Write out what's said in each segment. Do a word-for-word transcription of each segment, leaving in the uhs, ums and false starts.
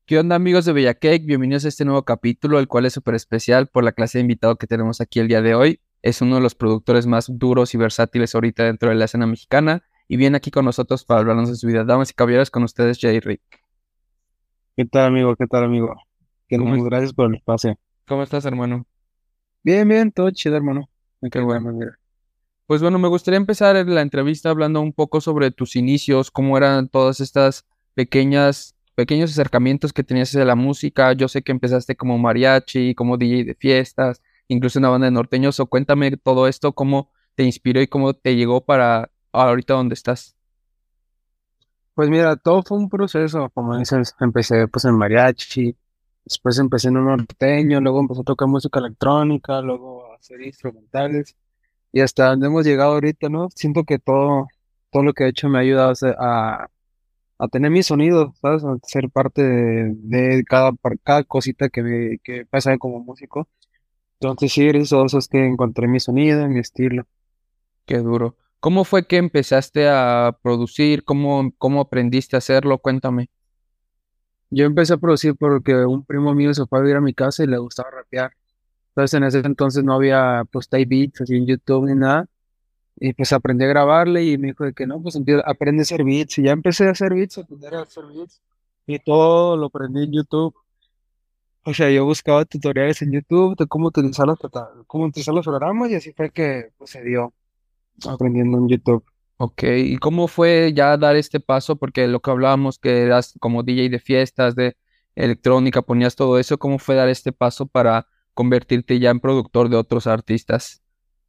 ¿Qué onda amigos de Bellacake? Bienvenidos a este nuevo capítulo, el cual es súper especial por la clase de invitado que tenemos aquí el día de hoy. Es uno de los productores más duros y versátiles ahorita dentro de la escena mexicana y viene aquí con nosotros para hablarnos de su vida. Damas y caballeros, con ustedes Jay Rick. ¿Qué tal, amigo? ¿Qué tal, amigo? Que ¿Cómo, no, es- gracias por el espacio. cómo estás, hermano? Bien, bien, todo chido, hermano. Qué Aquí bueno. andamos, mira. Pues bueno, me gustaría empezar la entrevista hablando un poco sobre tus inicios, cómo eran todas estas pequeñas, pequeños acercamientos que tenías hacia la música. Yo sé que empezaste como mariachi, como D J de fiestas, incluso una banda de norteños. O cuéntame todo esto, cómo te inspiró y cómo te llegó para ahorita donde estás. Pues mira, todo fue un proceso, como dices, empecé pues en mariachi, después empecé en un norteño, luego empecé a tocar música electrónica, luego a hacer instrumentales, y hasta donde hemos llegado ahorita, ¿no? Siento que todo, todo lo que he hecho me ha ayudado a, ser- a, a tener mi sonido, ¿sabes? A ser parte de, de cada, par- cada cosita que me que pasa como músico. Entonces sí, eso es que encontré mi sonido, mi estilo. Qué duro. ¿Cómo fue que empezaste a producir? ¿Cómo, cómo aprendiste a hacerlo? Cuéntame. Yo empecé a producir porque un primo mío se fue a vivir a mi casa y le gustaba rapear. Entonces en ese entonces no había pues type beats así en YouTube ni nada. Y pues aprendí a grabarle y me dijo de que no, pues empieza, aprende a hacer beats. Y ya empecé a hacer beats, a aprender a hacer beats. Y todo lo aprendí en YouTube. O sea, yo buscaba tutoriales en YouTube de cómo utilizar los, plata- cómo utilizar los programas y así fue que pues, se dio aprendiendo en YouTube. Ok, ¿y cómo fue ya dar este paso? Porque lo que hablábamos, que eras como D J de fiestas, de electrónica, ponías todo eso, ¿cómo fue dar este paso para convertirte ya en productor de otros artistas?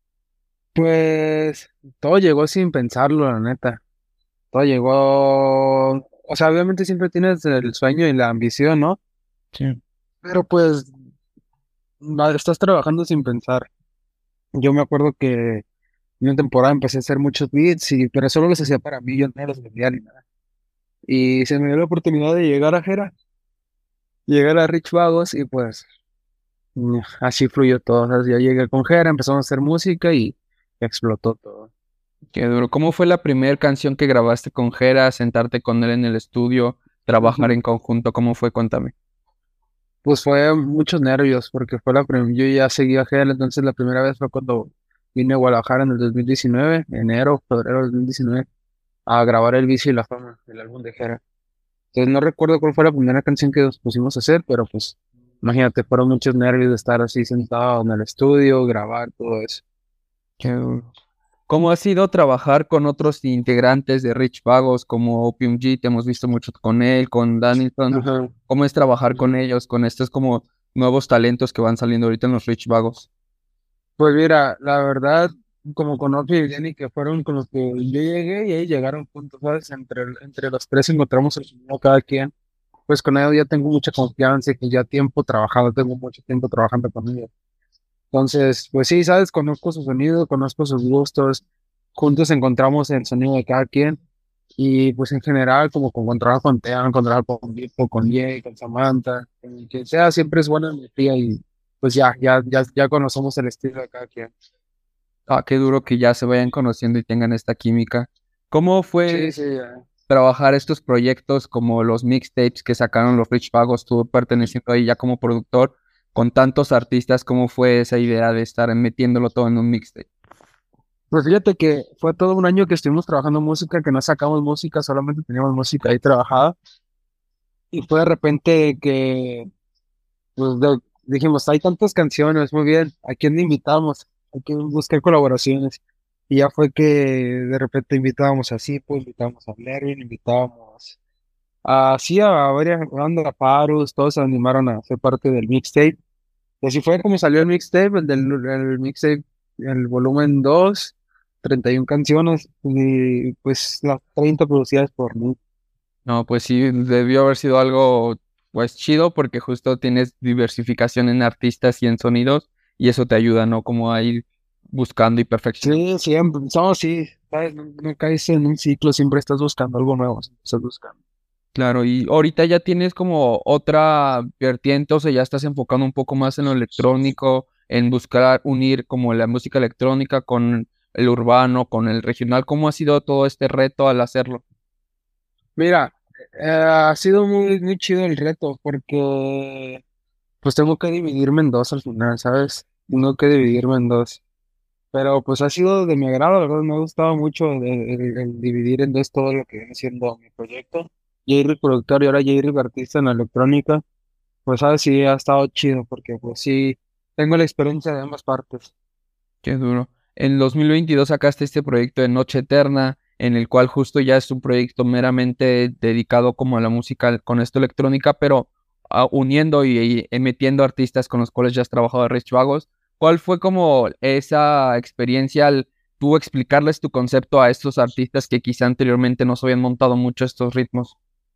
Pues todo llegó sin pensarlo, la neta. Todo llegó, o sea, obviamente siempre tienes el sueño y la ambición, ¿no? Sí. Pero pues va- estás trabajando sin pensar. Yo me acuerdo que en una temporada empecé a hacer muchos beats, y, pero solo los hacía para mí, yo no los vendía ni nada. Y se me dio la oportunidad de llegar a Jera, llegar a Rich Vagos y pues mm, así fluyó todo. O sea, yo llegué con Jera, empezamos a hacer música y explotó todo. Qué duro. ¿Cómo fue la primera canción que grabaste con Jera, sentarte con él en el estudio, trabajar Ujú. en conjunto? ¿Cómo fue? Cuéntame. Pues fue muchos nervios porque fue la primera, yo ya seguía a Jera, entonces la primera vez fue cuando vine a Guadalajara en el dos mil diecinueve, enero, febrero del dos mil diecinueve, a grabar El Vicio y la Fama, el álbum de Jera. Entonces no recuerdo cuál fue la primera canción que nos pusimos a hacer, pero pues imagínate, fueron muchos nervios de estar así sentado en el estudio, grabar todo eso. Qué duro. ¿Cómo ha sido trabajar con otros integrantes de Rich Vagos como Opium G? Te hemos visto mucho con él, con Danielson. Ajá. ¿Cómo es trabajar con Ujú. ellos, con estos como nuevos talentos que van saliendo ahorita en los Rich Vagos? Pues mira, la verdad, como con Ofi y Jenny, que fueron con los que yo llegué y ahí llegaron juntos, ¿sabes? Entre, entre los tres encontramos el sonido cada quien. Pues con ellos ya tengo mucha confianza y que ya tiempo trabajado, tengo mucho tiempo trabajando con ellos. Entonces, pues sí, ¿sabes? Conozco su sonido, conozco sus gustos, juntos encontramos el sonido de cada quien. Y pues en general, como con encontrar con Tean, encontrar con Vipo, con Jay, con Samantha, con quien sea, siempre es buena energía y pues ya, ya, ya, ya conocemos el estilo de cada quien. Ah, qué duro que ya se vayan conociendo y tengan esta química. ¿Cómo Sí, fue sí, ya. trabajar estos proyectos como los mixtapes que sacaron los Rich Vagos, tú perteneciendo ahí ya como productor, con tantos artistas? ¿Cómo fue esa idea de estar metiéndolo todo en un mixtape? Pues fíjate que fue todo un año que estuvimos trabajando música, que no sacamos música, solamente teníamos música ahí trabajada. Y fue de repente que pues, de- dijimos, hay tantas canciones, muy bien, ¿a quién invitamos? Hay que buscar colaboraciones. Y ya fue que de repente invitábamos a Sipo, invitábamos a Lervin, invitábamos así a varias bandas, a Parus, todos se animaron a ser parte del mixtape. Y así fue como salió el mixtape, el del el mixtape, el volumen dos, treinta y una canciones, y pues las treinta producidas por mí. No, pues sí, debió haber sido algo pues chido porque justo tienes diversificación en artistas y en sonidos y eso te ayuda, ¿no? Como a ir buscando y perfeccionando. Sí, siempre, no, sí, ¿sabes? No, no caes en un ciclo, siempre estás buscando algo nuevo, siempre estás buscando. Claro, y ahorita ya tienes como otra vertiente, o sea, ya estás enfocando un poco más en lo electrónico, en buscar unir como la música electrónica con el urbano, con el regional. ¿Cómo ha sido todo este reto al hacerlo? Mira. Eh, ha sido muy, muy chido el reto porque pues tengo que dividirme en dos al final, ¿sabes? Tengo que dividirme en dos. Pero pues ha sido de mi agrado, la verdad me ha gustado mucho el, el- el dividir en dos todo lo que viene siendo mi proyecto. J-Rick productor y ahora J-Rick artista en la electrónica. Pues sabes, sí ha estado chido porque pues sí, tengo la experiencia de ambas partes. Qué duro. En dos mil veintidós sacaste este proyecto de Noche Eterna, en el cual justo ya es un proyecto meramente dedicado como a la música con esto electrónica, pero ah, uniendo y, y metiendo artistas con los cuales ya has trabajado de Rich Vagos. ¿Cuál fue como esa experiencia al tú explicarles tu concepto a estos artistas que quizá anteriormente no se habían montado mucho estos ritmos?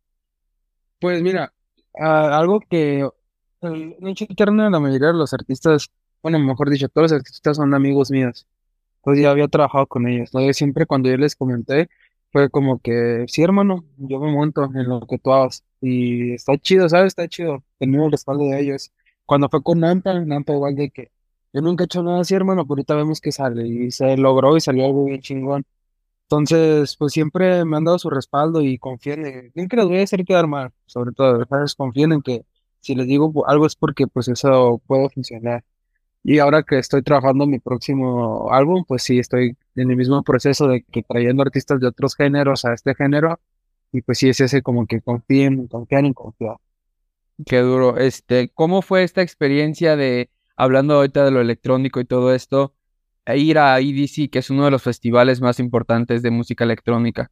Pues mira, ah, algo que eh, Noche Eterna, la mayoría de los artistas, bueno, mejor dicho, todos los artistas son amigos míos. Pues ya había trabajado con ellos, ¿no? Y siempre cuando yo les comenté, fue como que, sí, hermano, yo me monto en lo que tú hagas. Y está chido, ¿sabes? Está chido tener el respaldo de ellos. Cuando fue con Nampa, Nampa igual de que yo nunca he hecho nada así, hermano, pero ahorita vemos que sale. Y se logró y salió algo bien chingón. Entonces, pues siempre me han dado su respaldo y confían en, en que les voy a hacer quedar mal, sobre todo, ¿sabes? Confían en que si les digo algo es porque pues eso puede funcionar. Y ahora que estoy trabajando en mi próximo álbum, pues sí, estoy en el mismo proceso de que trayendo artistas de otros géneros a este género, y pues sí, es ese como que confíen, confían y confiar. Qué duro. Este, ¿cómo fue esta experiencia de, hablando ahorita de lo electrónico y todo esto, e ir a E D C, que es uno de los festivales más importantes de música electrónica?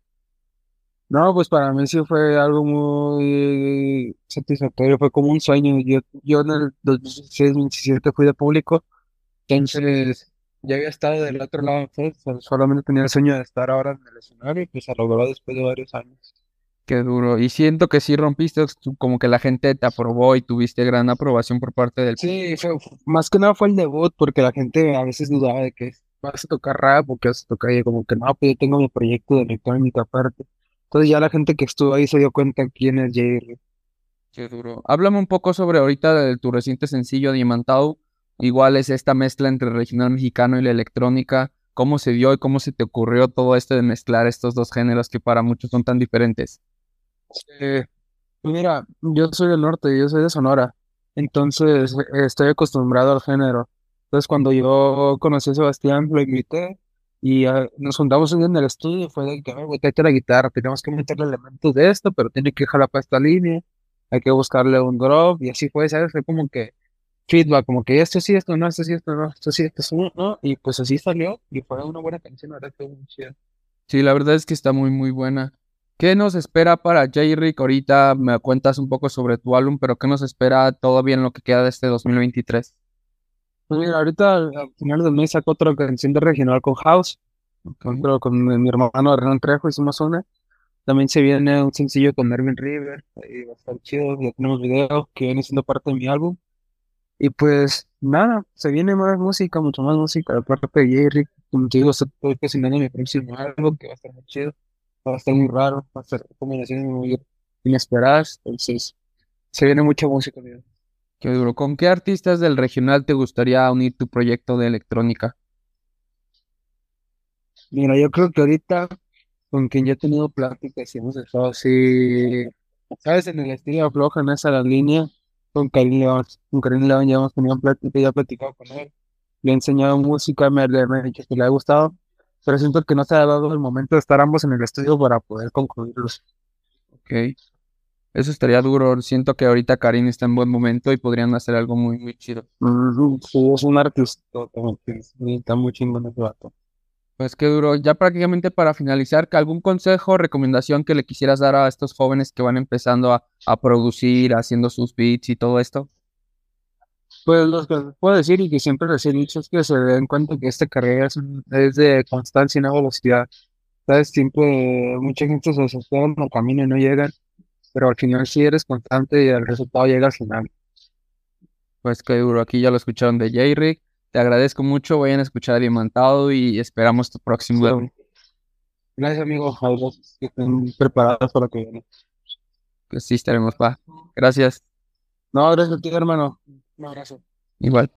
No, pues para mí sí fue algo muy satisfactorio, fue como un sueño. Yo, yo en el dos mil dieciséis, veintisiete fui de público, entonces ya había estado del otro lado, ¿sabes? Sol- Solamente tenía el sueño de estar ahora en el escenario y pues se logró después de varios años. Qué duro. Y siento que sí rompiste, tú- como que la gente te aprobó y tuviste gran aprobación por parte del público. Sí, fue, fu- más que nada fue el debut, porque la gente a veces dudaba de que vas a tocar rap o que vas a tocar, y como que no, pues yo tengo mi proyecto de electrónica aparte. Entonces ya la gente que estuvo ahí se dio cuenta quién es Jerry. Qué duro. Háblame un poco sobre ahorita de tu reciente sencillo Diamantado. Igual es esta mezcla entre el regional mexicano y la electrónica. ¿Cómo se dio y cómo se te ocurrió todo esto de mezclar estos dos géneros que para muchos son tan diferentes? Eh, pues mira, yo soy del norte, yo soy de Sonora, entonces eh, estoy acostumbrado al género. Entonces cuando yo conocí a Sebastián, lo invité y ah, nos juntamos un día en el estudio, fue de que, "Ay, güey, tráete la guitarra, tenemos que meterle elementos de esto, pero tiene que jalar para esta línea, hay que buscarle un drop", y así fue, ¿sabes? Fue como que feedback, como que esto sí, esto no, esto sí, esto no, esto sí, esto sí, no, y pues así salió y fue una buena canción, la verdad, que muy chida. Sí, la verdad es que está muy, muy buena. ¿Qué nos espera para J-Rick? Ahorita me cuentas un poco sobre tu álbum, pero ¿qué nos espera todavía en lo que queda de este dos mil veintitrés? Pues mira, ahorita al al final del mes saco otra canción de regional con House, con, Ok. creo con mi mi hermano Hernán Trejo, hicimos una. También se viene un sencillo con Erwin River, ahí va a estar chido, ya tenemos video que viene siendo parte de mi álbum. Y pues nada, se viene más música, mucho más música, aparte de Jerry, como te digo, estoy cocinando mi próximo álbum que va a estar muy chido, va a estar muy raro, va a estar combinaciones muy inesperadas, entonces se viene mucha música, amigo. Qué duro. ¿Con qué artistas del regional te gustaría unir tu proyecto de electrónica? Mira, yo creo que ahorita con quien ya he tenido pláticas y hemos estado así, ¿sabes? En el estilo floja, en esa la línea, con Karim León. Con Karim León ya hemos tenido plática, ya he platicado con él. Le he enseñado música, me, le- me ha dicho que le ha gustado, pero siento que no se ha dado el momento de estar ambos en el estudio para poder concluirlos. Ok. Eso estaría duro. Siento que ahorita Karin está en buen momento y podrían hacer algo muy, muy chido. Ujú, sí, es un artista, como que sí, está muy chingón ese vato. Pues qué duro. Ya prácticamente para finalizar, ¿que ¿algún consejo o recomendación que le quisieras dar a estos jóvenes que van empezando a, a producir, haciendo sus beats y todo esto? Pues lo que puedo decir y que siempre les he dicho es que se den cuenta que esta carrera es, un- es de constancia y no velocidad. ¿Sabes? Siempre mucha gente se desespera en el camino y no llegan, pero al final si eres constante y el resultado llega al final. Pues qué duro. Aquí ya lo escucharon de J-Rick. Te agradezco mucho. Vayan a escuchar a Diamantado y esperamos tu próximo. So, gracias, amigo. A los que estén preparados para lo que viene. Pues sí, estaremos, pa. Gracias. No, gracias a ti, hermano. Un abrazo. Igual.